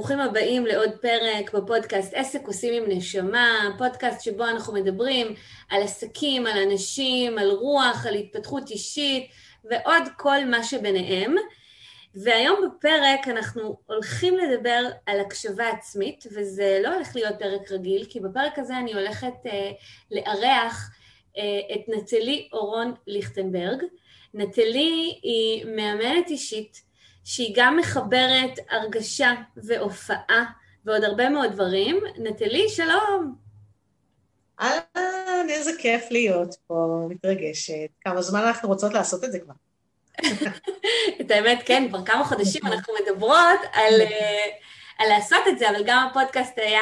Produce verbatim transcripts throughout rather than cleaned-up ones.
ברוכים הבאים לעוד פרק בפודקאסט עסק עושים עם נשמה, פודקאסט שבו אנחנו מדברים על עסקים, על אנשים, על רוח, על התפתחות אישית ועוד כל מה שביניהם. והיום בפרק אנחנו הולכים לדבר על הקשבה עצמית, וזה לא הולך להיות פרק רגיל, כי בפרק הזה אני הולכת אה, לארח אה, את נטלי אורון ליכטנברג. נטלי היא מאמנת אישית, שהיא גם מחברת הרגשה והופעה ועוד הרבה מאוד דברים. נטלי, שלום. אהלן, איזה כיף להיות פה, מתרגשת. כמה זמן אנחנו רוצות לעשות את זה כבר? את האמת, כן, כבר כמה חודשים אנחנו מדברות על, על לעשות את זה, אבל גם הפודקאסט היה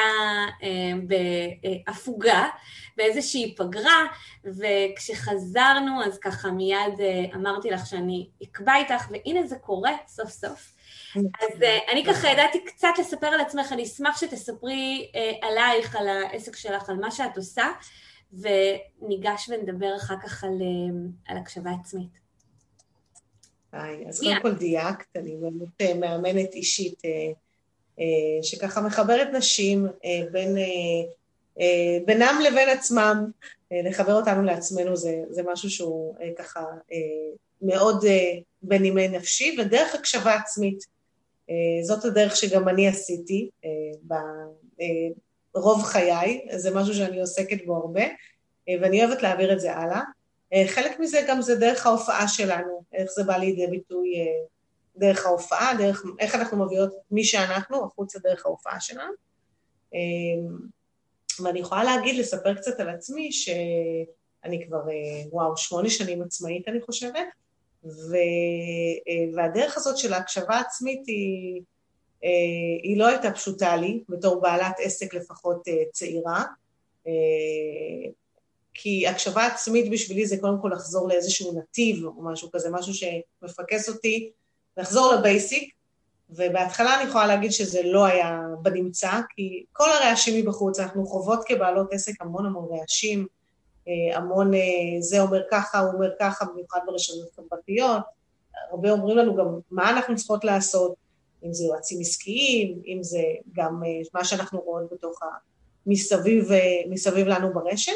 בהפוגה, באיזושהי פגרה, וכשחזרנו, אז ככה מיד אמרתי לך שאני אקבע איתך, והנה זה קורה סוף סוף. אז אני ככה ידעתי קצת לספר על עצמך, אני אשמח שתספרי עלייך, על העסק שלך, על מה שאת עושה, וניגש ונדבר אחר כך על, על הקשבה עצמית. היי, אז קודם כל דייקת, אני באמת מאמנת אישית, שככה מחברת נשים בין, בינם לבין עצמם, לחבר אותנו לעצמנו, זה, זה משהו שהוא ככה מאוד בנימי נפשי, ודרך הקשבה עצמית, זאת הדרך שגם אני עשיתי ברוב חיי, זה משהו שאני עוסקת בו הרבה, ואני אוהבת להעביר את זה הלאה. חלק מזה גם זה דרך ההופעה שלנו, איך זה בא לידי ביטוי דרך ההופעה, דרך, איך אנחנו מביאות מי שאנחנו, החוצה דרך ההופעה שלנו. ואני יכולה להגיד, לספר קצת על עצמי, שאני כבר, וואו, שמונה שנים עצמאית, אני חושבת, ו, והדרך הזאת של ההקשבה עצמית היא, היא לא הייתה פשוטה לי, בתור בעלת עסק לפחות צעירה, כי הקשבה עצמית בשבילי זה קודם כל לחזור לאיזשהו נתיב או משהו כזה, משהו שמפקס אותי, לחזור לבייסיק, ובהתחלה אני יכולה להגיד שזה לא היה בנמצא, כי כל הרעשים מבחוץ, אנחנו חוות כבעלות עסק המון המון רעשים, המון זה אומר ככה, הוא אומר ככה, במיוחד ברשתות חברתיות, הרבה אומרים לנו גם מה אנחנו צריכות לעשות, אם זה יועצים עסקיים, אם זה גם מה שאנחנו רואות בתוך מסביב, מסביב לנו ברשת,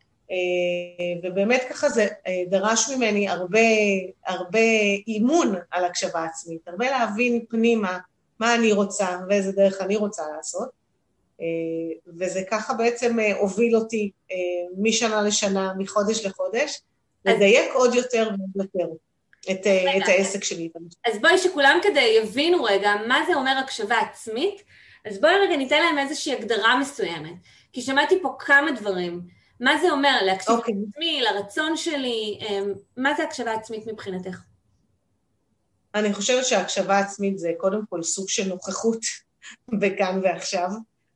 ובאמת ככה זה דרש ממני הרבה, הרבה אימון על הקשבה עצמית, הרבה להבין פנימה מה אני רוצה ואיזה דרך אני רוצה לעשות, וזה ככה בעצם הוביל אותי משנה לשנה, מחודש לחודש, לדייק עוד יותר ויותר את, את העסק שלי. אז בואי שכולם כדי יבינו רגע מה זה אומר הקשבה עצמית, אז בואי רגע ניתן להם איזושהי הגדרה מסוימת, כי שמעתי פה כמה דברים. מה זה אומר? להקשיב okay. לעצמי, לרצון שלי, מה זה הקשבה עצמית מבחינתך? אני חושבת שהקשבה עצמית זה קודם כל סוג של נוכחות בכאן ועכשיו.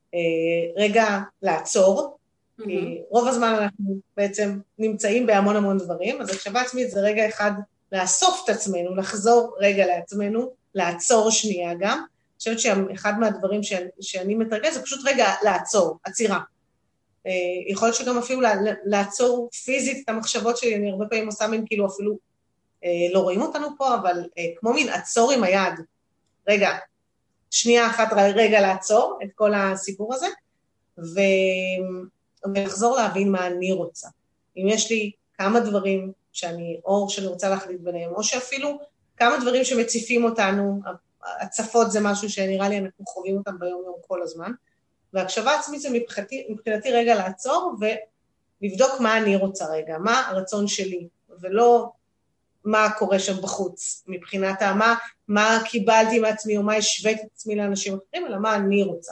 רגע לעצור, mm-hmm. כי רוב הזמן אנחנו בעצם נמצאים בהמון המון דברים, אז הקשבה עצמית זה רגע אחד לאסוף את עצמנו, לחזור רגע לעצמנו, לעצור שנייה גם. אני חושבת שאחד מהדברים שאני, שאני מתרגש זה פשוט רגע לעצור, עצירה. יכול להיות שגם אפילו לעצור פיזית את המחשבות שלי, אני הרבה פעמים עושה מין כאילו אפילו לא רואים אותנו פה, אבל כמו מין עצור עם היד, רגע, שנייה אחת רגע לעצור את כל הסיפור הזה, ו... ולחזור להבין מה אני רוצה. אם יש לי כמה דברים שאני, או שאני רוצה להחליט ביניהם, או שאפילו כמה דברים שמציפים אותנו, הצפות זה משהו שנראה לי אנחנו חווים אותם ביום יום כל הזמן, והקשבה עצמית זה מבחינתי, מבחינתי רגע לעצור ולבדוק מה אני רוצה רגע, מה הרצון שלי, ולא מה קורה שם בחוץ, מבחינת מה, מה קיבלתי מעצמי או מה השוויתי את עצמי לאנשים אחרים, אלא מה אני רוצה.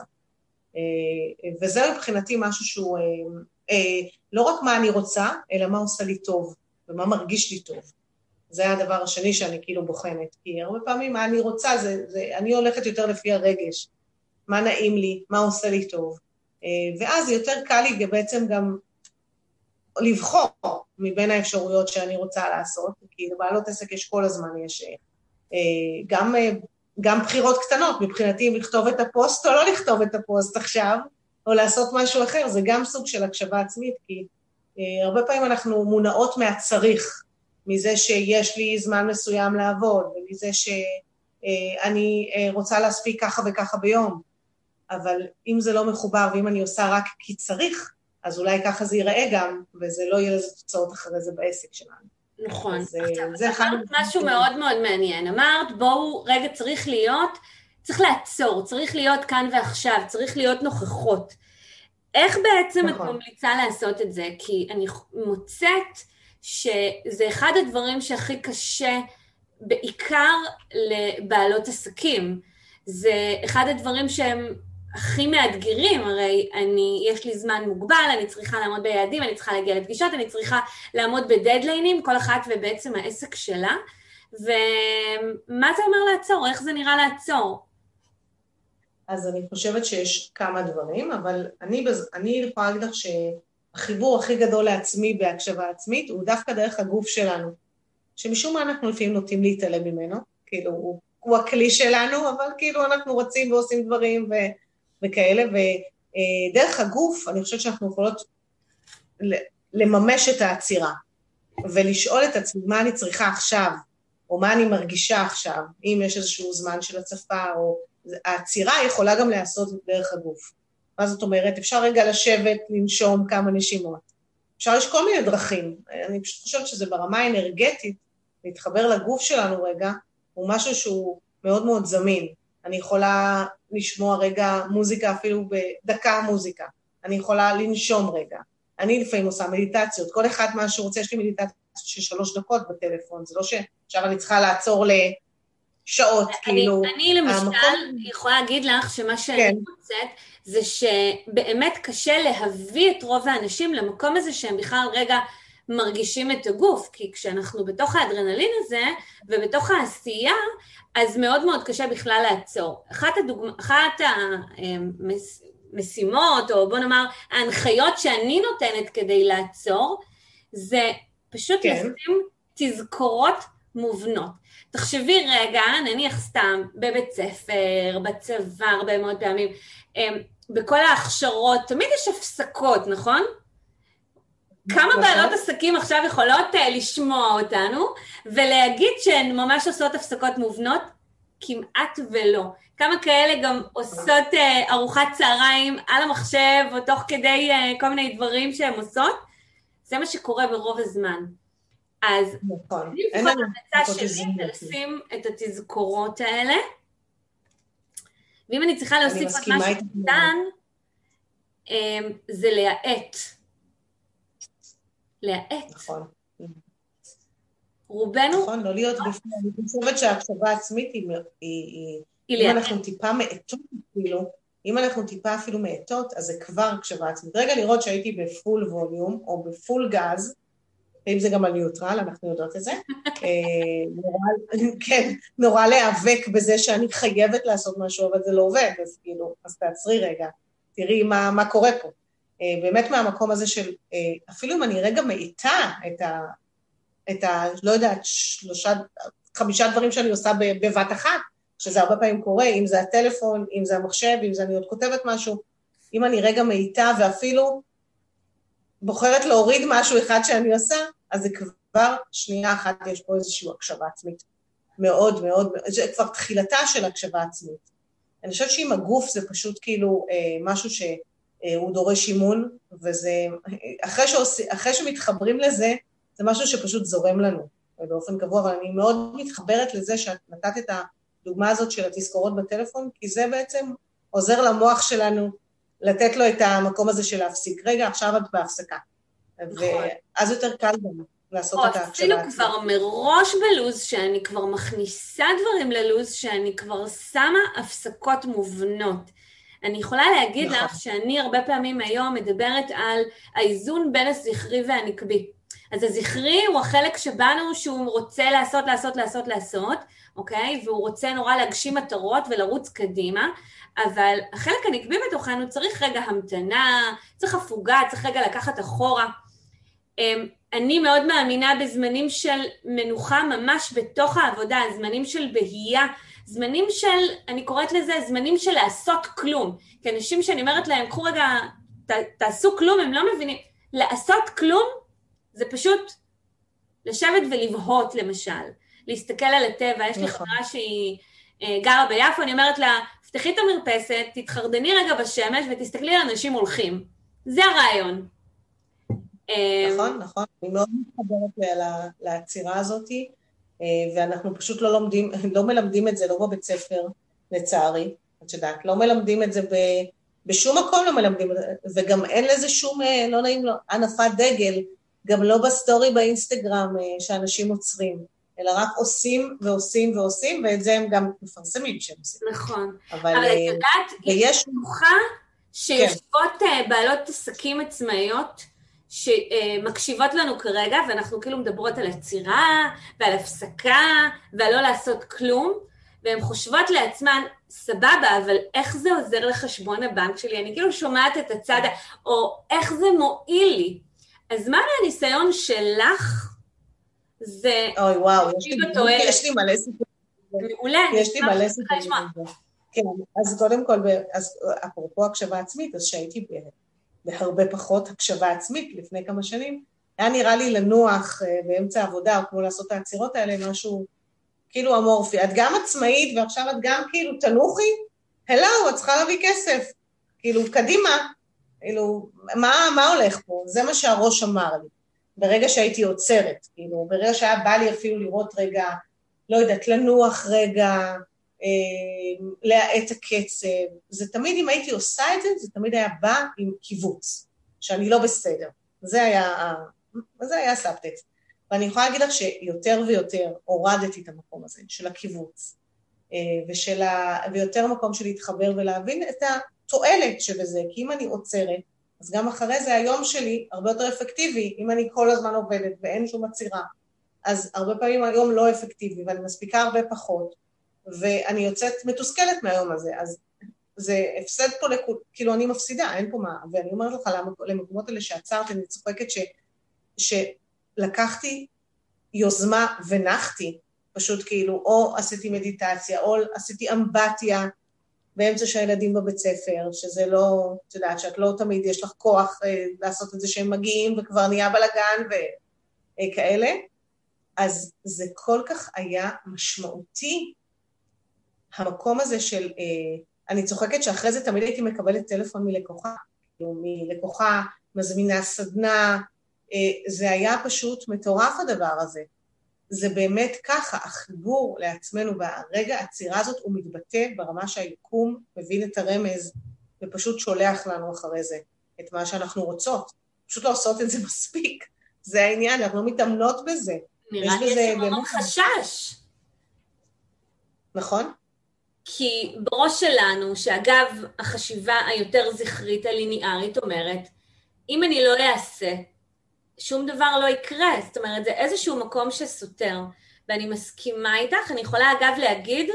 וזה מבחינתי משהו שהוא לא רק מה אני רוצה, אלא מה עושה לי טוב, ומה מרגיש לי טוב. זה הדבר השני שאני כאילו בוחנת, כי הרבה פעמים מה אני רוצה, זה, זה, אני הולכת יותר לפי הרגש, מה נעים לי, מה עושה לי טוב. ואז יותר קל לי בעצם גם לבחור מבין האפשרויות שאני רוצה לעשות, כי לבעלות עסק יש כל הזמן, יש גם, גם בחירות קטנות, מבחינתי אם לכתוב את הפוסט או לא לכתוב את הפוסט עכשיו, או לעשות משהו אחר, זה גם סוג של הקשבה עצמית, כי הרבה פעמים אנחנו מונעות מהצריך, מזה שיש לי זמן מסוים לעבוד, ומזה שאני רוצה להספיק ככה וככה ביום, אבל אם זה לא מחובר, ואם אני עושה רק כי צריך, אז אולי ככה זה ייראה גם, וזה לא יהיה לזה תוצאות אחרי זה בעסק שלנו. נכון. אז, עכשיו, זה את אמרת משהו מאוד מאוד מעניין. אמרת, בואו, רגע, צריך להיות, צריך לעצור, צריך להיות כאן ועכשיו, צריך להיות נוכחות. איך בעצם את ממליצה לעשות את זה? כי אני מוצאת שזה אחד הדברים שהכי קשה, בעיקר לבעלות עסקים. זה אחד הדברים שהם הכי מאתגרים, הרי אני, יש לי זמן מוגבל, אני צריכה לעמוד ביעדים, אני צריכה להגיע לפגישות, אני צריכה לעמוד בדדליינים, כל אחת ובעצם העסק שלה, ומה זה אומר לעצור? איך זה נראה לעצור? אז אני חושבת שיש כמה דברים, אבל אני, אני יכולה להגיד לך שהחיבור הכי גדול לעצמי בהקשבה עצמית, הוא דווקא דרך הגוף שלנו, שמשום מה אנחנו לפעמים נוטים להתעלם ממנו, כאילו הוא, הוא הכלי שלנו, אבל כאילו אנחנו רוצים ועושים דברים ו, וכאלה, ודרך הגוף אני חושבת שאנחנו יכולות לממש את העצירה, ולשאול את עצמי מה אני צריכה עכשיו, או מה אני מרגישה עכשיו, אם יש איזשהו זמן של הצפה, או העצירה יכולה גם לעשות דרך הגוף. מה זאת אומרת? אפשר רגע לשבת, לנשום כמה נשימות. אפשר, יש כל מיני דרכים. אני פשוט חושבת שזה ברמה האנרגטית, להתחבר לגוף שלנו רגע, הוא משהו שהוא מאוד מאוד זמין. אני יכולה לשמוע רגע מוזיקה, אפילו בדקה מוזיקה. אני יכולה לנשום רגע. אני לפעמים עושה מדיטציות. כל אחד מה שרוצה, יש לי מדיטציות של שלוש דקות בטלפון. זה לא שעכשיו אני צריכה לעצור לשעות, כאילו. אני למשל יכולה להגיד לך שמה שאני מוצאת, זה שבאמת קשה להביא את רוב האנשים למקום הזה שהם בכלל רגע מרגישים את הגוף, כי כשאנחנו בתוך האדרנלין הזה, ובתוך העשייה, אז מאוד מאוד קשה בכלל לעצור. אחת הדוגמא, אחת המשימות, או בוא נאמר, ההנחיות שאני נותנת כדי לעצור, זה פשוט כן. לשים תזכורות מובנות. תחשבי רגע, נניח סתם, בבית ספר, בצבא, הרבה מאוד פעמים, בכל ההכשרות, תמיד יש הפסקות, נכון? כמה בעלות עסקים עכשיו יכולות לשמוע אותנו, ולהגיד שהן ממש עושות הפסקות מובנות? כמעט ולא. כמה כאלה גם עושות ארוחת צהריים על המחשב, או תוך כדי כל מיני דברים שהן עושות? זה מה שקורה ברוב הזמן. אז לפחות המלצה שלי זה לשים את התזכורות האלה, ואם אני צריכה להוסיף עוד משהו קטן, זה להעט. להעט. נכון. רובנו... נכון, לא להיות בפני. אני חושבת שההקשבה העצמית היא... אם אנחנו טיפה מעטות, אפילו, אם אנחנו טיפה אפילו מעטות, אז זה כבר הקשבה עצמית. רגע לראות שהייתי בפול ווליום, או בפול גז, אם זה גם על ניוטרל, אנחנו יודעות את זה. כן, נורא להיאבק בזה שאני חייבת לעשות משהו, אבל זה לא עובד, אז כאילו, אז תעצרי רגע, תראי מה, מה קורה פה. באמת מהמקום הזה של, אפילו אם אני רגע מאיתה את ה, את ה, לא יודעת, שלושה, חמישה דברים שאני עושה בבת אחת, שזה הרבה פעמים קורה, אם זה הטלפון, אם זה המחשב, אם זה אני עוד כותבת משהו, אם אני רגע מאיתה ואפילו בוחרת להוריד משהו אחד שאני עושה, אז זה כבר שנייה אחת, יש פה איזושהי הקשבה עצמית. מאוד מאוד, זה כבר תחילתה של הקשבה עצמית. אני חושבת שעם הגוף זה פשוט כאילו אה, משהו שהוא דורש אימון, וזה, אחרי, שעוש, אחרי שמתחברים לזה, זה משהו שפשוט זורם לנו, באופן קבוע, אבל אני מאוד מתחברת לזה שאת נתת את הדוגמה הזאת של התזכורות בטלפון, כי זה בעצם עוזר למוח שלנו, לתת לו את המקום הזה של להפסיק. רגע, עכשיו את בהפסקה. ואז יותר קל גם לעשות את ההקשבה. אפילו כבר מראש בלוז, שאני כבר מכניסה דברים ללוז, שאני כבר שמה הפסקות מובנות. אני יכולה להגיד לך שאני הרבה פעמים היום מדברת על האיזון בין הזכרי והנקבי. אז הזכרי הוא החלק שבנו שהוא רוצה לעשות, לעשות, לעשות, לעשות, אוקיי? והוא רוצה נורא להגשים מטרות ולרוץ קדימה, אבל החלק הנקבי בתוכנו צריך רגע המתנה, צריך הפוגה, צריך רגע לקחת אחורה. אני מאוד מאמינה בזמנים של מנוחה ממש בתוך העבודה, זמנים של בהייה, זמנים של, אני קוראת לזה, זמנים של לעשות כלום. כי אנשים שאני אומרת להם, קחו רגע, ת, תעשו כלום, הם לא מבינים. לעשות כלום זה פשוט לשבת ולבהות למשל, להסתכל על הטבע. יש לי חברה שהיא גרה ביפו, אני אומרת לה, תפתחי את המרפסת, תתחרדני רגע בשמש ותסתכלי על אנשים הולכים. זה הרעיון. נכון, נכון. אני מאוד מתחברת לעצירה הזאת, ואנחנו פשוט לא לומדים, לא מלמדים את זה, לא בבית ספר, לצערי, את יודעת, לא מלמדים את זה ב... בשום מקום לא מלמדים, וגם אין לזה שום, לא נעים לו, הנפת דגל, גם לא בסטורי באינסטגרם שאנשים עוצרים, אלא רק עושים ועושים ועושים, ואת זה הם גם מפרסמים שהם עושים. נכון. אבל, אבל את יודעת, ויש... היא בטוחה שיושבות כן. בעלות עסקים עצמאיות, שמקשיבות לנו כרגע, ואנחנו כאילו מדברות על עצירה, ועל הפסקה, ועל לא לעשות כלום, והן חושבות לעצמן, סבבה, אבל איך זה עוזר לחשבון הבנק שלי? אני כאילו שומעת את הצד, או איך זה מועיל לי. אז מה מהניסיון שלך זה... אוי, וואו, יש לי, יש לי מלא סיפור. מעולה. יש לי מלא סיפור. כן, אז קודם כל, אז אפרופו הקשבה עצמית, אז שהייתי בהרבה פחות הקשבה עצמית לפני כמה שנים, היה נראה לי לנוח באמצע העבודה, או כמו לעשות את העצירות האלה, משהו כאילו אמורפי. את גם עצמאית, ועכשיו את גם כאילו תנוחי, הלו, את צריכה להביא כסף. כאילו, קדימה, כאילו, מה, מה הולך פה? זה מה שהראש אמר לי. ברגע שהייתי עוצרת, כאילו, ברגע שהיה בא לי אפילו לראות רגע, לא יודעת, לנוח רגע, אה, להאט הקצב, זה תמיד, אם הייתי עושה את זה, זה תמיד היה בא עם קיבוץ, שאני לא בסדר. זה היה, זה היה סאבטקסט. ואני יכולה להגיד לך שיותר ויותר הורדתי את המקום הזה, של הקיבוץ, אה, ושל ה, ויותר מקום של להתחבר ולהבין את התועלת שבזה, כי אם אני עוצרת, אז גם אחרי זה היום שלי הרבה יותר אפקטיבי, אם אני כל הזמן עובדת ואין שום עצירה, אז הרבה פעמים היום לא אפקטיבי, ואני מספיקה הרבה פחות, ואני יוצאת מתוסכלת מהיום הזה, אז זה הפסד פה, לכ... כאילו אני מפסידה, אין פה מה, ואני אומרת לך למקומות האלה שעצרת, אני צוחקת ש... שלקחתי יוזמה ונחתי, פשוט כאילו, או עשיתי מדיטציה, או עשיתי אמבטיה, באמצע שהילדים בבית ספר, שזה לא, את יודעת, שאת לא תמיד יש לך כוח אה, לעשות את זה שהם מגיעים, וכבר נהיה בלגן וכאלה, אז זה כל כך היה משמעותי, המקום הזה של, אה, אני צוחקת שאחרי זה תמיד הייתי מקבלת טלפון מלקוחה, כאילו מלקוחה, מזמינה סדנה, אה, זה היה פשוט מטורף הדבר הזה, זה באמת ככה, החיבור לעצמנו, והרגע העצירה הזאת הוא מתבטא ברמה שהיקום מבין את הרמז, ופשוט שולח לנו אחרי זה את מה שאנחנו רוצות. פשוט לא עושות את זה מספיק. זה העניין, אנחנו לא מתאמנות בזה. נראה לי יש המון חשש. נכון? כי בראש שלנו, שאגב, החשיבה היותר זכרית הליניארית אומרת, אם אני לא אעשה, שום דבר לא יקרה, זאת אומרת, זה איזשהו מקום שסותר, ואני מסכימה איתך, אני יכולה אגב להגיד,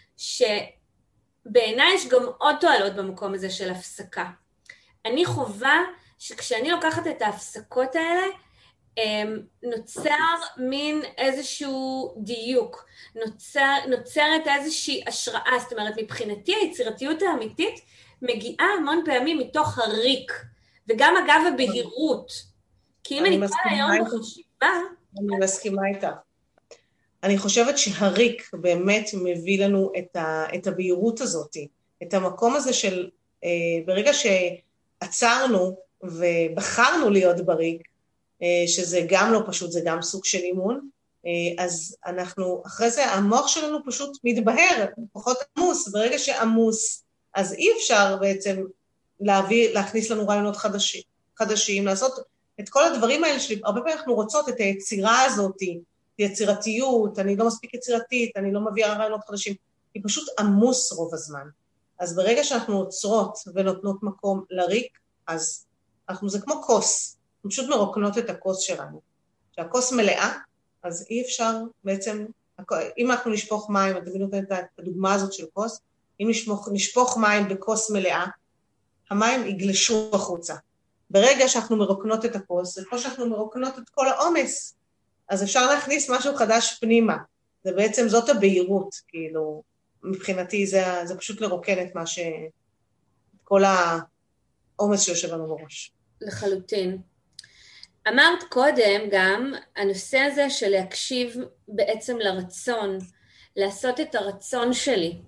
שבעיניי יש גם עוד תועלות במקום הזה של הפסקה. אני חובה שכשאני לוקחת את ההפסקות האלה, נוצר מין איזשהו דיוק, נוצר, נוצרת איזושהי השראה, זאת אומרת, מבחינתי היצירתיות האמיתית, מגיעה המון פעמים מתוך הריק, וגם אגב הבהירות, כי אם אני כל היום בחשיבה... אני מסכימה איתה. אני חושבת שהריק באמת מביא לנו את, ה, את הבהירות הזאת, את המקום הזה של, אה, ברגע שעצרנו ובחרנו להיות בריק, אה, שזה גם לא פשוט, זה גם סוג של אימון, אה, אז אנחנו, אחרי זה המוח שלנו פשוט מתבהר, פחות עמוס, ברגע שעמוס, אז אי אפשר בעצם להביא, להכניס לנו רעיונות חדשים, חדשים, לעשות... את כל הדברים האלה שלי, הרבה פעמים אנחנו רוצות את היצירה הזאת, יצירתיות, אני לא מספיק יצירתית, אני לא מביאה רעיונות חדשים, היא פשוט עמוס רוב הזמן. אז ברגע שאנחנו עוצרות ונותנות מקום לריק, אז אנחנו, זה כמו כוס, אנחנו פשוט מרוקנות את הכוס שלנו. כשהכוס מלאה, אז אי אפשר בעצם, אם אנחנו נשפוך מים, אתם נותנת את הדוגמה הזאת של כוס, אם נשפוך, נשפוך מים בכוס מלאה, המים יגלשו החוצה. ברגע שאנחנו מרוקנות את הכוס, זה כמו שאנחנו מרוקנות את כל העומס, אז אפשר להכניס משהו חדש פנימה. זה בעצם זאת הבהירות, כאילו, מבחינתי זה, זה פשוט לרוקן את מה ש... את כל העומס שיושב לנו בראש. לחלוטין. אמרת קודם גם, הנושא הזה של להקשיב בעצם לרצון, לעשות את הרצון שלי,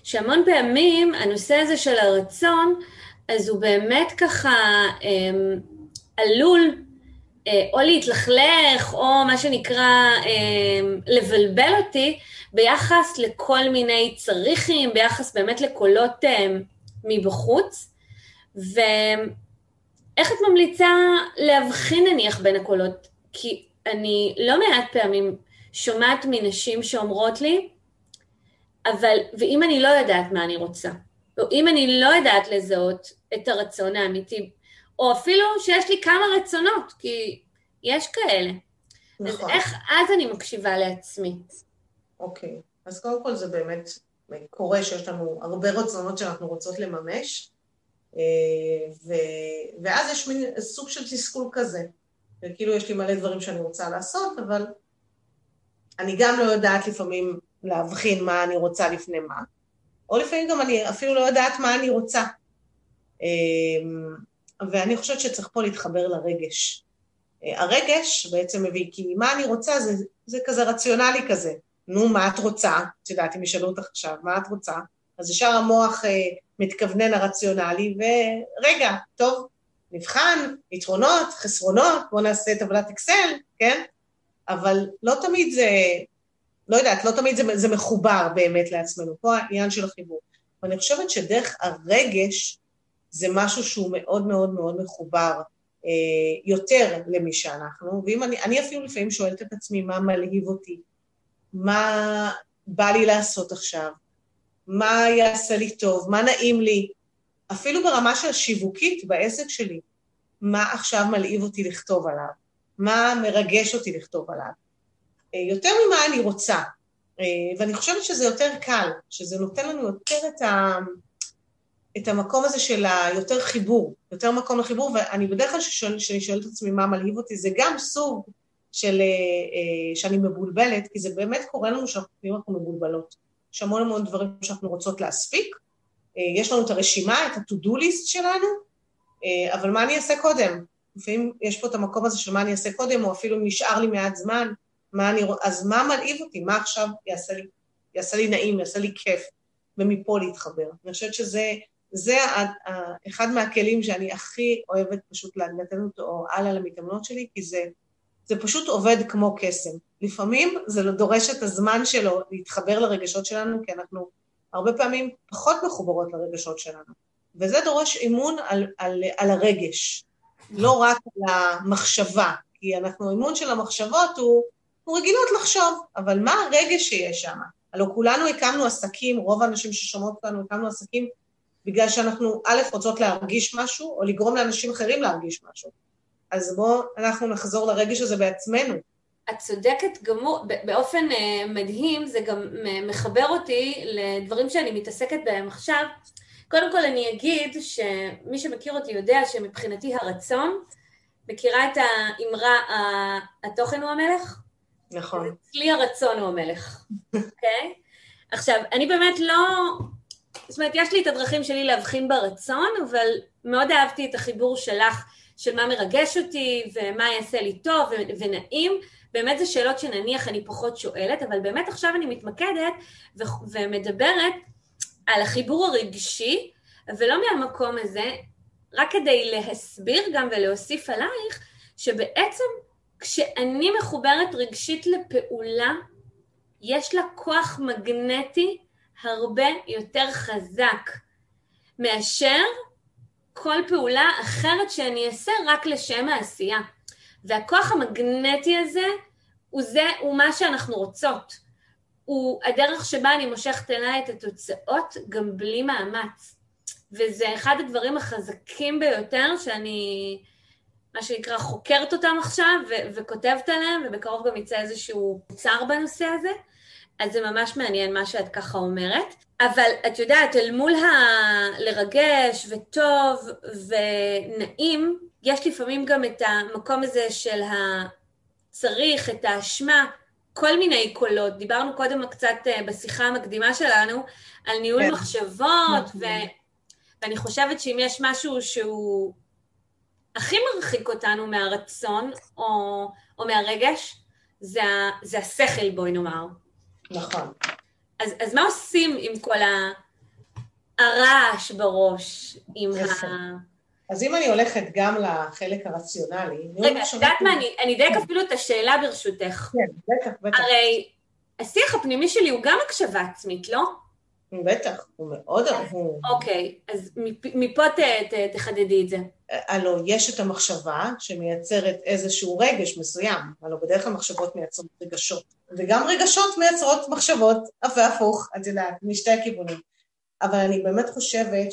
שהמון פעמים הנושא הזה של הרצון, אז הוא באמת ככה אה, עלול אה, או להתלכלך, או מה שנקרא אה, לבלבל אותי, ביחס לכל מיני צריכים, ביחס באמת לקולות אה, מבחוץ, ואיך את ממליצה להבחין נניח בין הקולות? כי אני לא מעט פעמים שומעת מנשים שאומרות לי, אבל, ואם אני לא יודעת מה אני רוצה, או אם אני לא יודעת לזהות את הרצון האמיתי, או אפילו שיש לי כמה רצונות, כי יש כאלה. נכון. אז איך אז אני מקשיבה לעצמי? אוקיי, אז קודם כל זה באמת קורה שיש לנו הרבה רצונות שאנחנו רוצות לממש, ו... ואז יש מין סוג של תסכול כזה, וכאילו יש לי מלא דברים שאני רוצה לעשות, אבל אני גם לא יודעת לפעמים להבחין מה אני רוצה לפני מה, או לפעמים גם אני אפילו לא יודעת מה אני רוצה. ואני חושבת שצריך פה להתחבר לרגש. הרגש בעצם מביא, כי מה אני רוצה זה, זה כזה רציונלי כזה. נו, מה את רוצה? את יודעת, אם ישאלו אותך עכשיו, מה את רוצה? אז ישר המוח אה, מתכוונן הרציונלי, ורגע, טוב, נבחן, יתרונות, חסרונות, בוא נעשה טבלת אקסל, כן? אבל לא תמיד זה, לא יודעת, לא תמיד זה, זה מחובר באמת לעצמנו. פה העניין של החיבור. ואני חושבת שדרך הרגש, זה משהו שהוא מאוד מאוד מאוד מחובר אה, יותר למי שאנחנו, ואם אני, אני אפילו לפעמים שואלת את עצמי מה מלהיב אותי, מה בא לי לעשות עכשיו, מה יעשה לי טוב, מה נעים לי, אפילו ברמה של שיווקית בעסק שלי, מה עכשיו מלהיב אותי לכתוב עליו, מה מרגש אותי לכתוב עליו, אה, יותר ממה אני רוצה, אה, ואני חושבת שזה יותר קל, שזה נותן לנו יותר את ה... את המקום הזה של היותר חיבור, יותר מקום לחיבור, ואני בדרך כלל שאני שואלת את עצמי מה מלהיב אותי, זה גם סוג של, שאני מבולבלת, כי זה באמת קורה לנו שאנחנו מבולבלות. יש המון המון דברים שאנחנו רוצות להספיק, יש לנו את הרשימה, את ה-to-do list שלנו, אבל מה אני אעשה קודם? לפעמים יש פה את המקום הזה של מה אני אעשה קודם, או אפילו נשאר לי מעט זמן, מה אני, אז מה מלהיב אותי? מה עכשיו יעשה לי, יעשה לי נעים, יעשה לי כיף, ומפה להתחבר. אני חושבת שזה, זה אחד מהכלים שאני הכי אוהבת פשוט לתת אותו הלאה למתאמנות שלי, כי זה, זה פשוט עובד כמו קסם. לפעמים זה לא דורש את הזמן שלו להתחבר לרגשות שלנו, כי אנחנו הרבה פעמים פחות מחוברות לרגשות שלנו. וזה דורש אימון על, על, על הרגש, לא רק על המחשבה, כי אנחנו, אימון של המחשבות הוא, הוא רגילות לחשוב, אבל מה הרגש שיש שם? הלוא כולנו הקמנו עסקים, רוב האנשים ששומעות אותנו הקמנו עסקים, בגלל שאנחנו א' רוצות להרגיש משהו, או לגרום לאנשים אחרים להרגיש משהו. אז בואו אנחנו נחזור לרגש הזה בעצמנו. את צודקת גמור, באופן מדהים, זה גם מחבר אותי לדברים שאני מתעסקת בהם עכשיו. קודם כל אני אגיד שמי שמכיר אותי יודע שמבחינתי הרצון, מכירה את האמרה, התוכן הוא המלך? נכון. אצלי הרצון הוא המלך, אוקיי? עכשיו, אני באמת לא... זאת אומרת, יש לי את הדרכים שלי להבחין ברצון, אבל מאוד אהבתי את החיבור שלך, של מה מרגש אותי, ומה יעשה לי טוב ונעים. באמת זה שאלות שנניח אני פחות שואלת, אבל באמת עכשיו אני מתמקדת ו- ומדברת על החיבור הרגשי, ולא מהמקום הזה, רק כדי להסביר גם ולהוסיף עלייך, שבעצם כשאני מחוברת רגשית לפעולה, יש לה כוח מגנטי הרבה יותר חזק, מאשר כל פעולה אחרת שאני אעשה רק לשם העשייה. והכוח המגנטי הזה, הוא זה, הוא מה שאנחנו רוצות. הוא הדרך שבה אני מושכת אליי את התוצאות, גם בלי מאמץ. וזה אחד הדברים החזקים ביותר, שאני, מה שנקרא, חוקרת אותם עכשיו, ו- וכותבת עליהם, ובקרוב גם יצא איזשהו צער בנושא הזה. אז זה ממש מעניין מה שאת ככה אומרת. אבל את יודעת, אל מול הלרגש וטוב ונעים, יש לפעמים גם את המקום הזה של הצריך, את האשמה, כל מיני קולות. דיברנו קודם קצת בשיחה המקדימה שלנו על ניהול כן. מחשבות, ו... ואני חושבת שאם יש משהו שהוא הכי מרחיק אותנו מהרצון או, או מהרגש, זה, זה השכל, בואי נאמר. נכון. אז, אז מה עושים עם כל הרעש בראש עם ה... אז אם אני הולכת גם לחלק הרציונלי... רגע, את יודעת מה, אני אדייק אפילו את השאלה ברשותך. כן, בטח, בטח. הרי השיח הפנימי שלי הוא גם הקשבה עצמית, לא? בטח, הוא מאוד... אוקיי, אז מפה תחדדי את זה. הלוא יש את המחשבה שמייצרת איזשהו רגש מסוים, הלוא בדרך כלל מחשבות מייצרות רגשות, וגם רגשות מייצרות מחשבות, אף והפוך, את יודעת, משתי הכיוונים. אבל אני באמת חושבת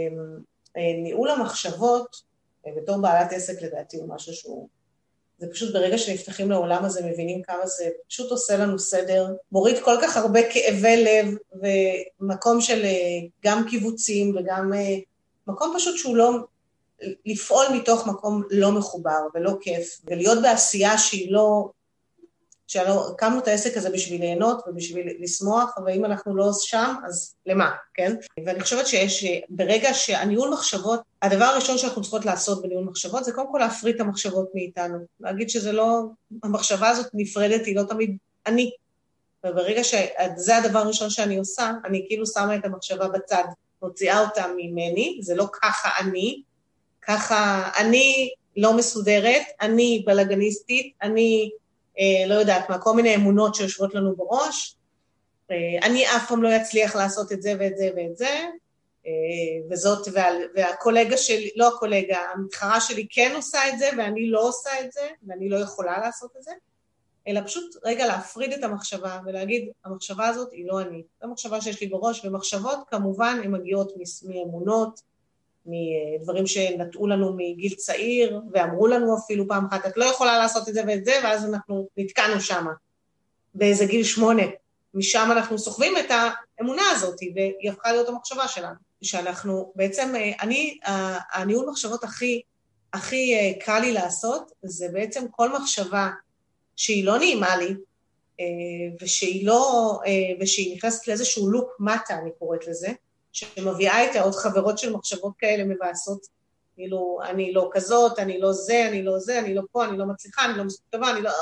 שניהול המחשבות, בתור בעלת עסק לדעתי הוא משהו שהוא, זה פשוט ברגע שנפתחים לעולם הזה, מבינים כמה זה פשוט עושה לנו סדר, מוריד כל כך הרבה כאבי לב, ומקום של גם קיבוצים וגם מקום פשוט שהוא לא, לפעול מתוך מקום לא מחובר ולא כיף, ולהיות בעשייה שהיא לא, שקמנו את העסק הזה בשביל ליהנות ובשביל לשמוח, ואם אנחנו לא שם, אז למה, כן? ואני חושבת שיש, ברגע שהניהול מחשבות, הדבר הראשון שאנחנו צריכות לעשות בניהול מחשבות, זה קודם כל להפריד את המחשבות מאיתנו, להגיד שזה לא, המחשבה הזאת נפרדת, היא לא תמיד אני, וברגע שזה הדבר הראשון שאני עושה, אני כאילו שמה את המחשבה בצד, מוציאה אותה ממני, זה לא ככה אני, ככה אני לא מסודרת, אני בלגניסטית, אני לא יודעת מה, כל מיני אמונות שיושבות לנו בראש, אני אף פעם לא אצליח לעשות את זה ואת זה ואת זה, וזאת, וה, והקולגה שלי, לא הקולגה, המתחרה שלי כן עושה את זה, ואני לא עושה את זה, ואני לא יכולה לעשות את זה, אלא פשוט רגע להפריד את המחשבה, ולהגיד, המחשבה הזאת היא לא אני, זו המחשבה שיש לי בראש, ומחשבות כמובן הן מגיעות מאמונות, מדברים שנטעו לנו מגיל צעיר, ואמרו לנו אפילו פעם אחת, את לא יכולה לעשות את זה ואת זה, ואז אנחנו נתקענו שם, באיזה גיל שמונה. משם אנחנו סוחבים את האמונה הזאת, והיא הפכה להיות המחשבה שלנו. שאנחנו, בעצם, אני, הניהול מחשבות הכי, הכי קל לי לעשות, זה בעצם כל מחשבה שהיא לא נעימה לי, ושהיא לא, ושהיא נכנסת לאיזשהו לופ מטה, אני קוראת לזה, שמביאה איתה עוד חברות של מחשבות כאלה מבאסות, כאילו, אני לא כזאת, אני לא זה, אני לא זה, אני לא פה, אני לא מצליחה, אני לא מסתובבה, אני לא...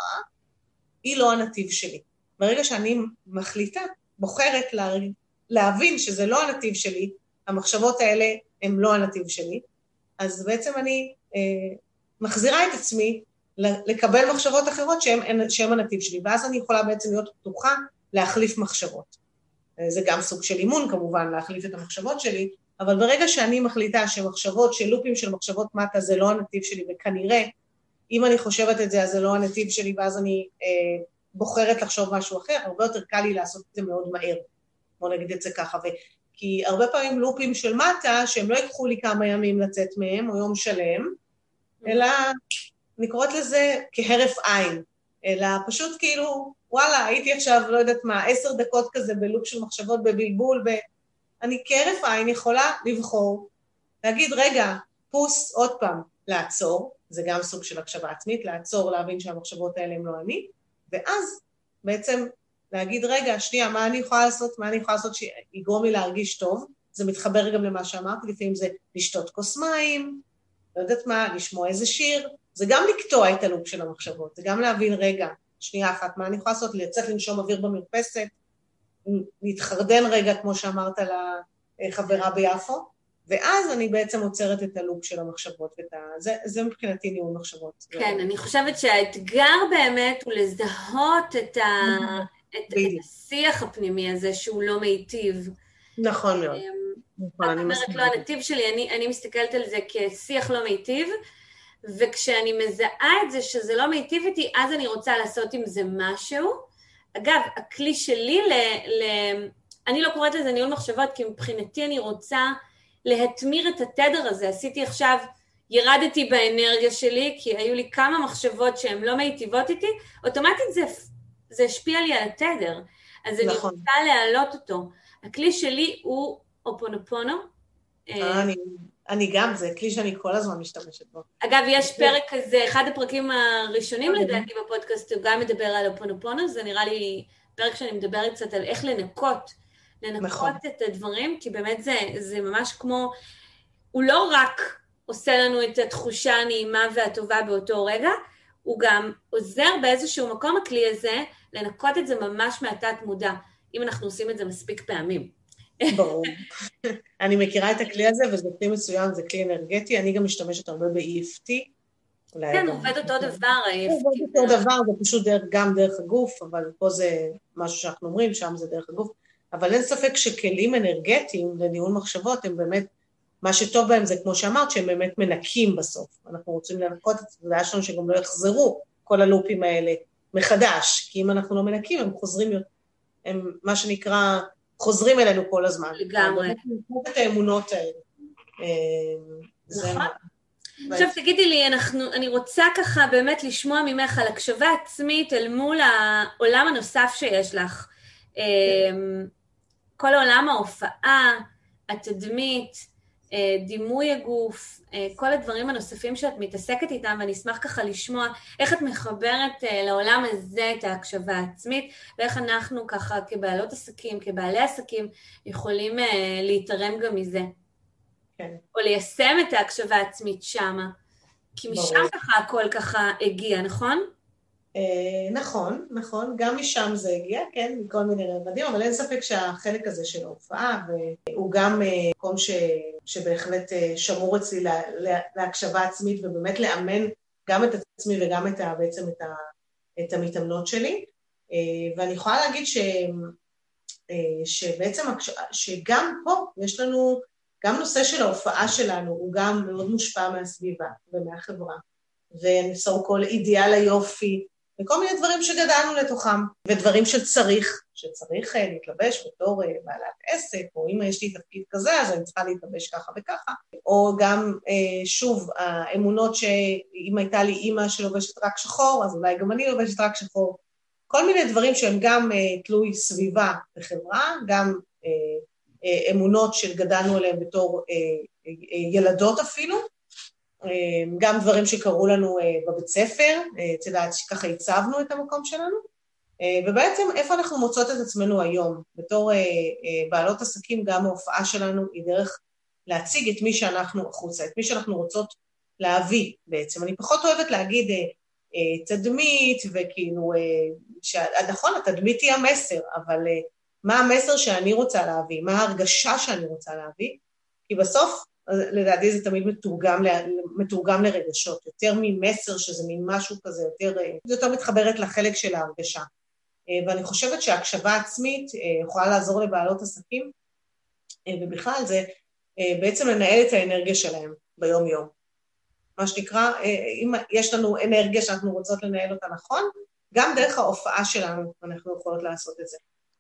היא לא הנתיב שלי. ברגע שאני מחליטה, בוחרת לה, להבין שזה לא הנתיב שלי, המחשבות האלה הן לא הנתיב שלי, אז בעצם אני אה, מחזירה את עצמי לקבל מחשבות אחרות שהן, שהן הנתיב שלי, ואז אני יכולה בעצם להיות פתוחה להחליף מחשבות. זה גם סוג של אימון כמובן, להחליף את המחשבות שלי, אבל ברגע שאני מחליטה שמחשבות, שלופים של מחשבות מטה זה לא הנתיב שלי, וכנראה, אם אני חושבת את זה, אז זה לא הנתיב שלי, ואז אני אה, בוחרת לחשוב משהו אחר, הרבה יותר קל לי לעשות את זה מאוד מהר, בוא נגיד את זה ככה, ו... כי הרבה פעמים לופים של מטה, שהם לא ייקחו לי כמה ימים לצאת מהם, או יום שלם, אלא אני קוראת לזה כהרף עין, אלא פשוט כאילו, וואלה, הייתי עכשיו, לא יודעת מה, עשר דקות כזה בלופ של מחשבות בבלבול, ואני כהרף עין יכולה לבחור, להגיד, רגע, פוס עוד פעם, לעצור, זה גם סוג של הקשבה עצמית, לעצור, להבין שהמחשבות האלה הם לא אני, ואז בעצם להגיד, רגע, שנייה, מה אני יכולה לעשות, מה אני יכולה לעשות שיגרום לי להרגיש טוב, זה מתחבר גם למה שאמרתי, לפעמים זה לשתות כוס מים, לא יודעת מה, לשמוע איזה שיר, זה גם לקטוע את הלופ של המחשבות, זה גם להבין, רגע, שנייה אחת, מה אני יכולה לעשות? לצאת לנשום אוויר במרפסת, להתחרדן רגע, כמו שאמרת לחברה ביפו, ואז אני בעצם עוצרת את הלופ של המחשבות, וזה, זה מבחינתי ניהול מחשבות. כן, אני חושבת שהאתגר באמת הוא לזהות את, ה, את, את השיח הפנימי הזה, שהוא לא מיטיב. נכון מאוד. נכון, אני אומרת, לא, הנתיב שלי, אני, אני מסתכלת על זה כשיח לא מיטיב, וכשאני מזהה את זה שזה לא מיטיב איתי, אז אני רוצה לעשות עם זה משהו. אגב, הכלי שלי, ל, ל, אני לא קוראת לזה ניהול מחשבות, כי מבחינתי אני רוצה להתמיר את התדר הזה. עשיתי עכשיו, ירדתי באנרגיה שלי, כי היו לי כמה מחשבות שהן לא מיטיבות איתי, אוטומטית זה, זה השפיע לי על התדר. אז אני נכון. רוצה להעלות אותו. הכלי שלי הוא אופונופונו. אני... אני גם, זה כלי שאני כל הזמן משתמשת בו. אגב, יש פרק כזה, אחד הפרקים הראשונים לדעתי בפודקאסט, הוא גם מדבר על אופונופונו, זה נראה לי פרק שאני מדברת קצת על איך לנקות, לנקות את הדברים, כי באמת זה, זה ממש כמו, הוא לא רק עושה לנו את התחושה הנעימה והטובה באותו רגע, הוא גם עוזר באיזשהו מקום הכלי הזה, לנקות את זה ממש מהתת מודע, אם אנחנו עושים את זה מספיק פעמים. ברור. אני מכירה את הכלי הזה, וזה כלי מצוין, זה כלי אנרגטי, אני גם משתמשת הרבה ב-E F T. כן, עובד אותו דבר, ה-E F T. עובד אותו דבר, זה פשוט גם דרך הגוף, אבל פה זה משהו שאנחנו אומרים, שם זה דרך הגוף. אבל אין ספק שכלים אנרגטיים לניהול מחשבות, הם באמת, מה שטוב בהם זה כמו שאמרת, שהם באמת מנקים בסוף. אנחנו רוצים לנקות את זה, ויש לנו שגם לא יחזרו כל הלופים האלה מחדש, כי אם אנחנו לא מנקים, הם חוזרים, הם מה שנקרא, חוזרים אלינו כל הזמן. לגמרי. לנקות את האמונות האלה. נכון. עכשיו תגידי לי, אנחנו, אני רוצה ככה באמת לשמוע ממך על הקשבה עצמית אל מול העולם הנוסף שיש לך. כל עולם ההופעה, התדמית, דימוי הגוף, כל הדברים הנוספים שאת מתעסקת איתם, ואני אשמח ככה לשמוע איך את מחברת לעולם הזה את ההקשבה העצמית, ואיך אנחנו ככה כבעלות עסקים, כבעלי עסקים, יכולים להתערם גם מזה. כן. או ליישם את ההקשבה העצמית שמה, כי משם ככה הכל ככה הגיע, נכון? נכון, נכון, גם משם זה הגיע, כן, מכל מיני רבדים, אבל אין ספק שהחלק הזה של ההופעה, והוא גם מקום שבהחלט שמור אצלי להקשבה עצמית, ובאמת לאמן גם את עצמי וגם את, בעצם את, ה, את המתאמנות שלי, ואני יכולה להגיד ש, שבעצם, שגם פה יש לנו, גם נושא של ההופעה שלנו, הוא גם מאוד מושפע מהסביבה ומהחברה, ונסו כל אידיאל היופי, וכל מיני דברים שגדלנו לתוכם, ודברים שצריך, שצריך להתלבש בתור בעלת עסק, או אם יש לי תפקיד כזה, אז אני צריכה להתלבש ככה וככה, או גם, שוב, האמונות שאם הייתה לי אימא שלובשת רק שחור, אז אולי גם אני לובשת רק שחור, כל מיני דברים שהם גם תלוי סביבה וחברה, גם אמונות שגדלנו עליהם בתור ילדות אפילו, גם דברים שקרו לנו בבית ספר, צדעת שככה הצבנו את המקום שלנו, ובעצם איפה אנחנו מוצאות את עצמנו היום, בתור בעלות עסקים, גם ההופעה שלנו היא דרך להציג את מי שאנחנו החוצה, את מי שאנחנו רוצות להביא בעצם. אני פחות אוהבת להגיד תדמית, וכאילו, נכון, התדמית היא המסר, אבל מה המסר שאני רוצה להביא, מה ההרגשה שאני רוצה להביא, כי בסוף, לדעתי זה תמיד מתורגם, מתורגם לרגשות, יותר ממסר שזה מין משהו כזה, יותר, יותר מתחברת לחלק של ההרגשה. ואני חושבת שההקשבה עצמית יכולה לעזור לבעלות עסקים, ובכלל זה בעצם לנהל את האנרגיה שלהם ביום יום. מה שנקרא, אם יש לנו אנרגיה שאנחנו רוצות לנהל אותה נכון, גם דרך ההופעה שלנו אנחנו יכולות לעשות את זה.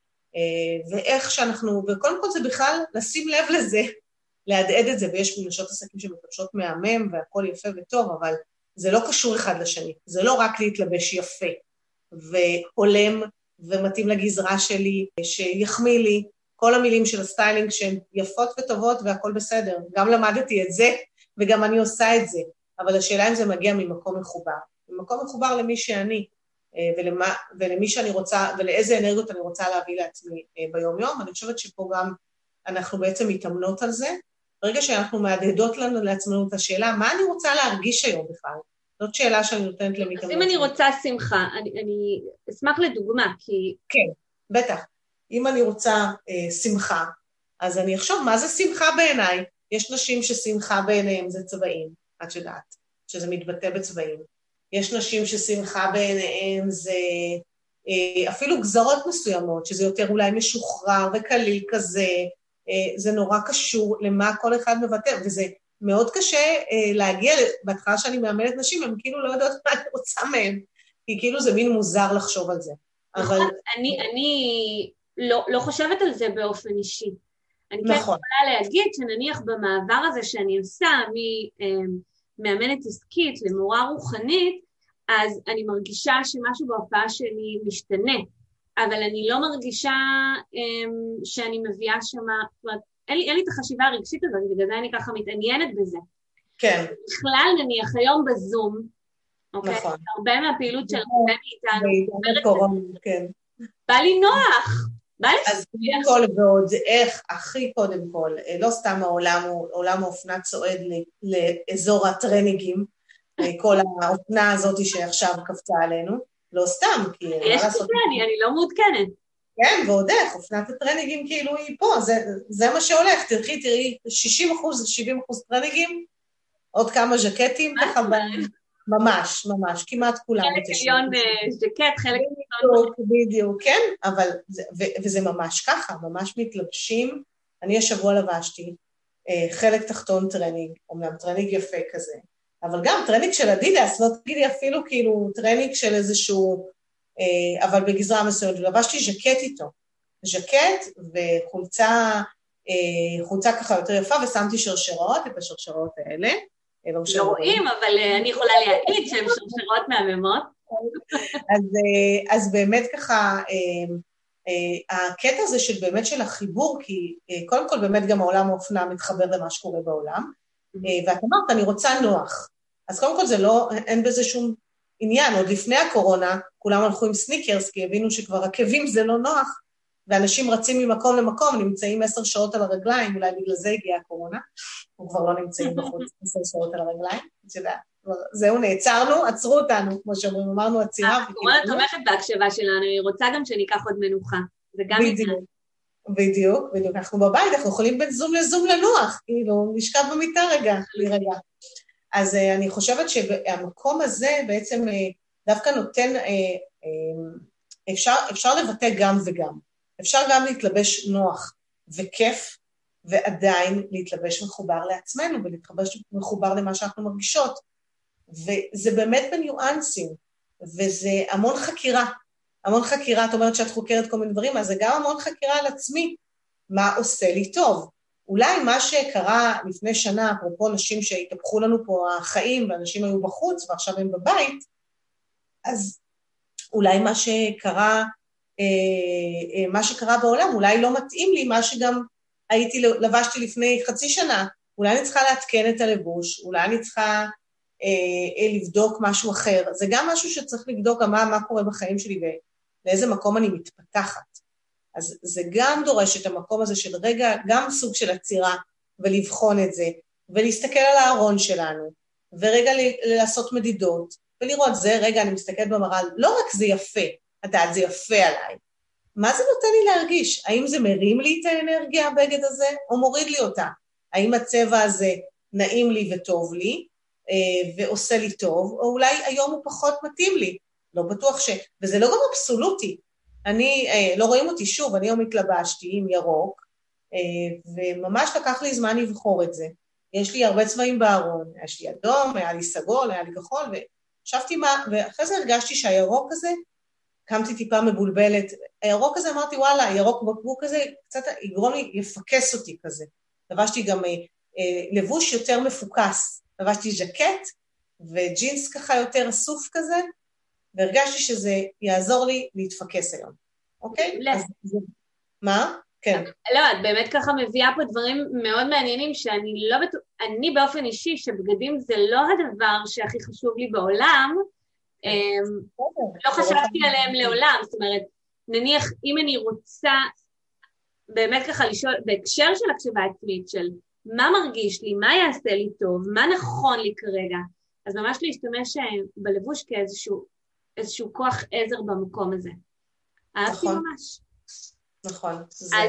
ואיך שאנחנו, וקודם כל זה בכלל לשים לב לזה, להדהד את זה, ויש נשות עסקים שמתלבשות מהמם, והכל יפה וטוב, אבל זה לא קשור אחד לשני. זה לא רק להתלבש יפה, והולם, ומתאים לגזרה שלי, שיחמיא לי, כל המילים של הסטיילינג שהן יפות וטובות, והכל בסדר. גם למדתי את זה, וגם אני עושה את זה. אבל השאלה אם זה מגיע ממקום מחובר. ממקום מחובר למי שאני, ולמה, ולמי שאני רוצה, ולאיזה אנרגיות אני רוצה להביא לעצמי ביום יום. אני חושבת שפה גם אנחנו בעצם מתאמנות על זה. ברגע שאנחנו מהדהדות לנו לעצמנו את השאלה, מה אני רוצה להרגיש היום בכלל? זאת שאלה שאני נותנת למתאמנות. אז אם אני רוצה שמחה, אני, אני אשמח לדוגמה, כי... כן, בטח. אם אני רוצה אה, שמחה, אז אני אחשוב, מה זה שמחה בעיניי? יש נשים ששמחה בעיניהם זה צבעים, את יודעת, שזה מתבטא בצבעים. יש נשים ששמחה בעיניהם זה אה, אפילו גזרות מסוימות, שזה יותר אולי משוחרר וקליל כזה, אה, זה נורא קשור למה כל אחד מבטא, וזה מאוד קשה אה, להגיע, בהתחלה שאני מאמנת נשים, הם כאילו לא יודעות מה אני רוצה מהם, כי כאילו זה מין מוזר לחשוב על זה. נכון, אבל... אני, אני לא, לא חושבת על זה באופן אישי. אני נכון. כן יכולה להגיד שנניח במעבר הזה שאני עושה, ממאמנת עסקית למורה רוחנית, אז אני מרגישה שמשהו בהופעה שלי משתנה, אבל אני לא מרגישה שאני מביאה שמה, זאת אומרת, אין לי, אין לי את החשיבה הרגשית הזאת, בגלל זה אני ככה מתעניינת בזה. כן. בכלל נניח היום בזום, אוקיי? נכון. הרבה מהפעילות של הרבה מאיתנו, כן. בא לי נוח, בא לי אז כל ועוד איך, הכי קודם כל, לא סתם העולם, עולם האופנה צועד לאזור הטרנינגים, כל האופנה הזאת שעכשיו קפצה עלינו, לא סתם, כי... יש כזה, אני לא מעודכנת. כן, ועוד איך, אופנת הטרנינגים כאילו היא פה, זה, זה מה שהולך, תלכי, תראי, שישים אחוז, שבעים אחוז טרנינגים, עוד כמה ז'קטים, ככה ב... ממש, ממש, כמעט כולם. חלק עליון ז'קט, חלק עליון. בדיוק, כן, אבל, ו- וזה ממש ככה, ממש מתלבשים, אני השבוע לבשתי, חלק תחתון טרנינג, אומנם טרנינג יפה כזה, אבל גם טרנינג של אדידס, לא תגידי אפילו כאילו טרנינג של איזשהו, אבל בגזרה מסוימת, ולבשתי ז'קט איתו, ז'קט וחולצה, חולצה ככה יותר יפה, ושמתי שרשרות, את השרשרות האלה, לא רואים, אבל אני יכולה להעיד שהן שרשרות מהממות. אז באמת ככה, הקטע הזה של באמת של החיבור, כי קודם כל באמת גם העולם האופנה מתחבר למה שקורה בעולם, ואת אמרת, אני רוצה נוח. אז קודם כל זה לא, אין בזה שום עניין, עוד לפני הקורונה, כולם הלכו עם סניקרס, כי הבינו שכבר עקבים זה לא נוח, ואנשים רצים ממקום למקום, נמצאים עשר שעות על הרגליים, אולי בגלל זה הגיעה הקורונה, או כבר לא נמצאים בחוץ עשר שעות על הרגליים, זהו, נעצרנו, עצרו אותנו, כמו שאומרים, אמרנו עצירה. הקורונה תומכת בהקשבה שלנו, היא רוצה גם שניקח עוד מנוחה, זה גם עניין. בדיוק, בדיוק, אנחנו בבית, אנחנו יכולים בין זום לזום לנוח, כאילו, נשכב במיטה רגע, לרגע. אז אני חושבת שהמקום הזה בעצם דווקא נותן, אפשר, אפשר לבטא גם וגם. אפשר גם להתלבש נוח וכיף, ועדיין להתלבש מחובר לעצמנו, ולהתלבש מחובר למה שאנחנו מרגישות. וזה באמת בניואנסים, וזה המון חקירה. המון חקירה, את אומרת שאת חוקרת כל מיני דברים, אז זה גם המון חקירה על עצמי, מה עושה לי טוב. אולי מה שקרה לפני שנה, אפרופו נשים שהתהפכו לנו פה החיים, ואנשים היו בחוץ, ועכשיו הם בבית, אז אולי מה שקרה, מה שקרה בעולם, אולי לא מתאים לי מה שגם הייתי, לבשתי לפני חצי שנה, אולי אני צריכה להתקן את הלבוש, אולי אני צריכה אה, לבדוק משהו אחר, זה גם משהו שצריך לבדוק מה, מה קורה בחיים שלי ולאיזה מקום אני מתפתחת. אז זה גם דורש את המקום הזה של רגע, גם סוג של עצירה, ולבחון את זה, ולהסתכל על הארון שלנו, ורגע לעשות מדידות, ולראות זה, רגע אני מסתכלת במראה, לא רק זה יפה, הדעת זה יפה עליי, מה זה נותן לי להרגיש? האם זה מרים לי את האנרגיה הבגד הזה, או מוריד לי אותה? האם הצבע הזה נעים לי וטוב לי, ועושה לי טוב, או אולי היום הוא פחות מתאים לי, לא בטוח ש... וזה לא גם אבסולוטי, אני, לא רואים אותי שוב, אני היום התלבשתי עם ירוק, וממש לקח לי זמן לבחור את זה. יש לי הרבה צבעים בארון, יש לי אדום, היה לי סגול, היה לי כחול, וחשבתי מה, ואחרי זה הרגשתי שהירוק הזה, קמתי טיפה מבולבלת, הירוק הזה אמרתי, וואלה, הירוק בקבוק הזה, קצת יגרום לי, יפקס אותי כזה. לבשתי גם לבוש יותר מפוקס, לבשתי ז'קט, וג'ינס ככה יותר אסוף כזה, והרגשתי שזה יעזור לי להתפקס היום, אוקיי? אז, מה? כן. לא, את באמת ככה מביאה פה דברים מאוד מעניינים, שאני לא בטוח, אני באופן אישי, שבגדים זה לא הדבר שהכי חשוב לי בעולם, לא חשבתי עליהם לעולם, זאת אומרת, נניח אם אני רוצה באמת ככה לשאול, בהקשר של הקשבה עצמית, של מה מרגיש לי, מה יעשה לי טוב, מה נכון לי כרגע, אז ממש להשתמש בלבוש כאיזשהו איזשהו כוח עזר במקום הזה. אהבתי ממש. נכון. אז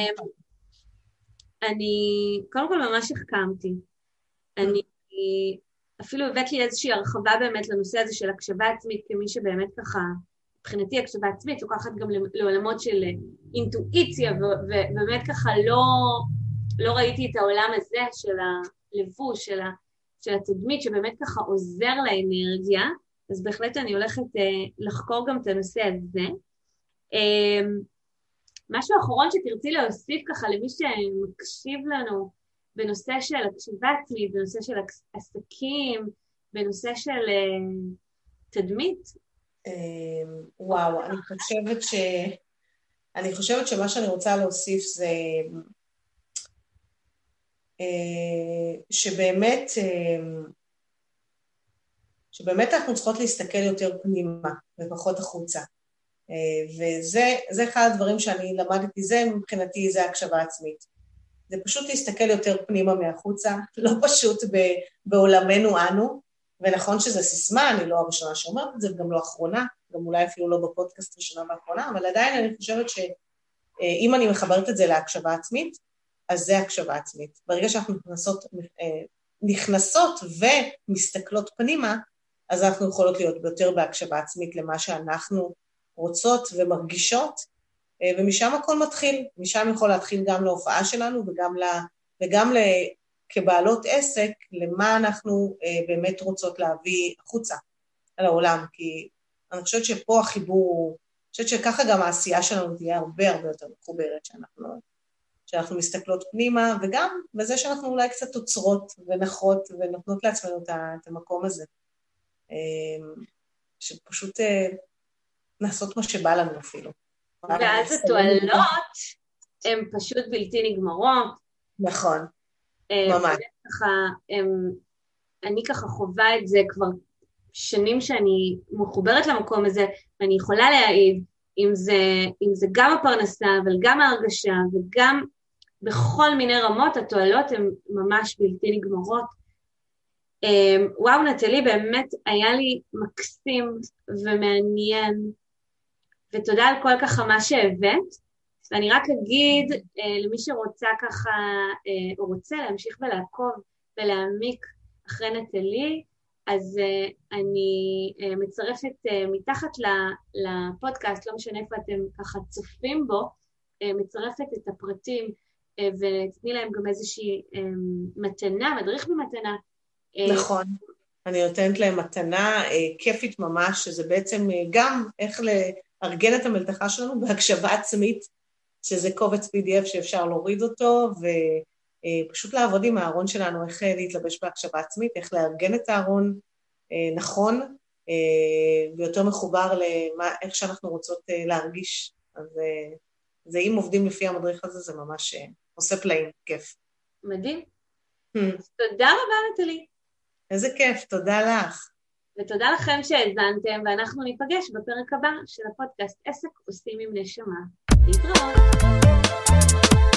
אני, קודם כל ממש החכמתי. אני אפילו הבאת לי איזושהי הרחבה באמת לנושא הזה של הקשבה עצמית, כמי שבאמת ככה, מבחינתי הקשבה עצמית, לוקחת גם לעולמות של אינטואיציה, ובאמת ככה לא, לא ראיתי את העולם הזה של הלבוש, של, של התדמית, שבאמת ככה עוזר לאנרגיה, אז בהחלט אני הולכת לחקור גם את הנושא הזה. משהו אחרון שתרצי להוסיף ככה למי שמקשיב לנו, בנושא של הקשבה עצמית, בנושא של עסקים, בנושא של תדמית? וואו, אני חושבת ש... אני חושבת שמה שאני רוצה להוסיף זה שבאמת, שבאמת אנחנו צריכות להסתכל יותר פנימה ופחות החוצה. וזה, זה אחד הדברים שאני למדתי, זה מבחינתי, זה הקשבה עצמית. זה פשוט להסתכל יותר פנימה מהחוצה, לא פשוט בעולמנו אנו, ונכון שזה סיסמה, אני לא הראשונה שאומרת את זה, וגם לא האחרונה, גם אולי אפילו לא בפודקאסט ראשונה ואחרונה, אבל עדיין אני חושבת שאם אני מחברת את זה להקשבה עצמית, אז זה הקשבה עצמית. ברגע שאנחנו נכנסות, נכנסות ומסתכלות פנימה, אז אנחנו יכולות להיות יותר בהקשבה עצמית למה שאנחנו רוצות ומרגישות, ומשם הכל מתחיל. משם יכול להתחיל גם להופעה שלנו וגם, לה, וגם לה, כבעלות עסק, למה אנחנו באמת רוצות להביא החוצה על העולם. כי אני חושבת שפה החיבור, אני חושבת שככה גם העשייה שלנו תהיה הרבה הרבה יותר מחוברת, שאנחנו, שאנחנו מסתכלות פנימה, וגם בזה שאנחנו אולי קצת עוצרות ונחות ונותנות לעצמנו את המקום הזה. שפשוט נעשות מה שבא לנו אפילו. ואז התועלות הן פשוט בלתי נגמרות. נכון, ממש. אני ככה חווה את זה כבר שנים שאני מחוברת למקום הזה, ואני יכולה להעיד אם זה, אם זה גם הפרנסה, אבל גם ההרגשה, וגם בכל מיני רמות, התועלות הן ממש בלתי נגמרות. וואו, נטלי, באמת היה לי מקסים ומעניין, ותודה על כל ככה מה שהבאת, ואני רק אגיד למי שרוצה ככה, או רוצה להמשיך ולעקוב ולהעמיק אחרי נטלי, אז אני מצרפת מתחת לפודקאסט, לא משנה איפה אתם ככה צופים בו, מצרפת את הפרטים, ותתני להם גם איזושהי מתנה, מדריך במתנה. נכון, אני נותנת להם מתנה כיפית ממש, שזה בעצם גם איך לארגן את המלתחה שלנו בהקשבה עצמית, שזה קובץ פי די אף שאפשר להוריד אותו, ופשוט לעבוד עם הארון שלנו, איך להתלבש בהקשבה עצמית, איך לארגן את הארון נכון, ויותר מחובר לאיך שאנחנו רוצות להרגיש. אז זה, אם עובדים לפי המדריך הזה, זה ממש עושה פלאים, כיף. מדהים. תודה רבה, נטלי. איזה כיף, תודה לך. ותודה לכם שהאזנתם, ואנחנו ניפגש בפרק הבא של הפודקאסט עסק עושים עם נשמה. להתראות.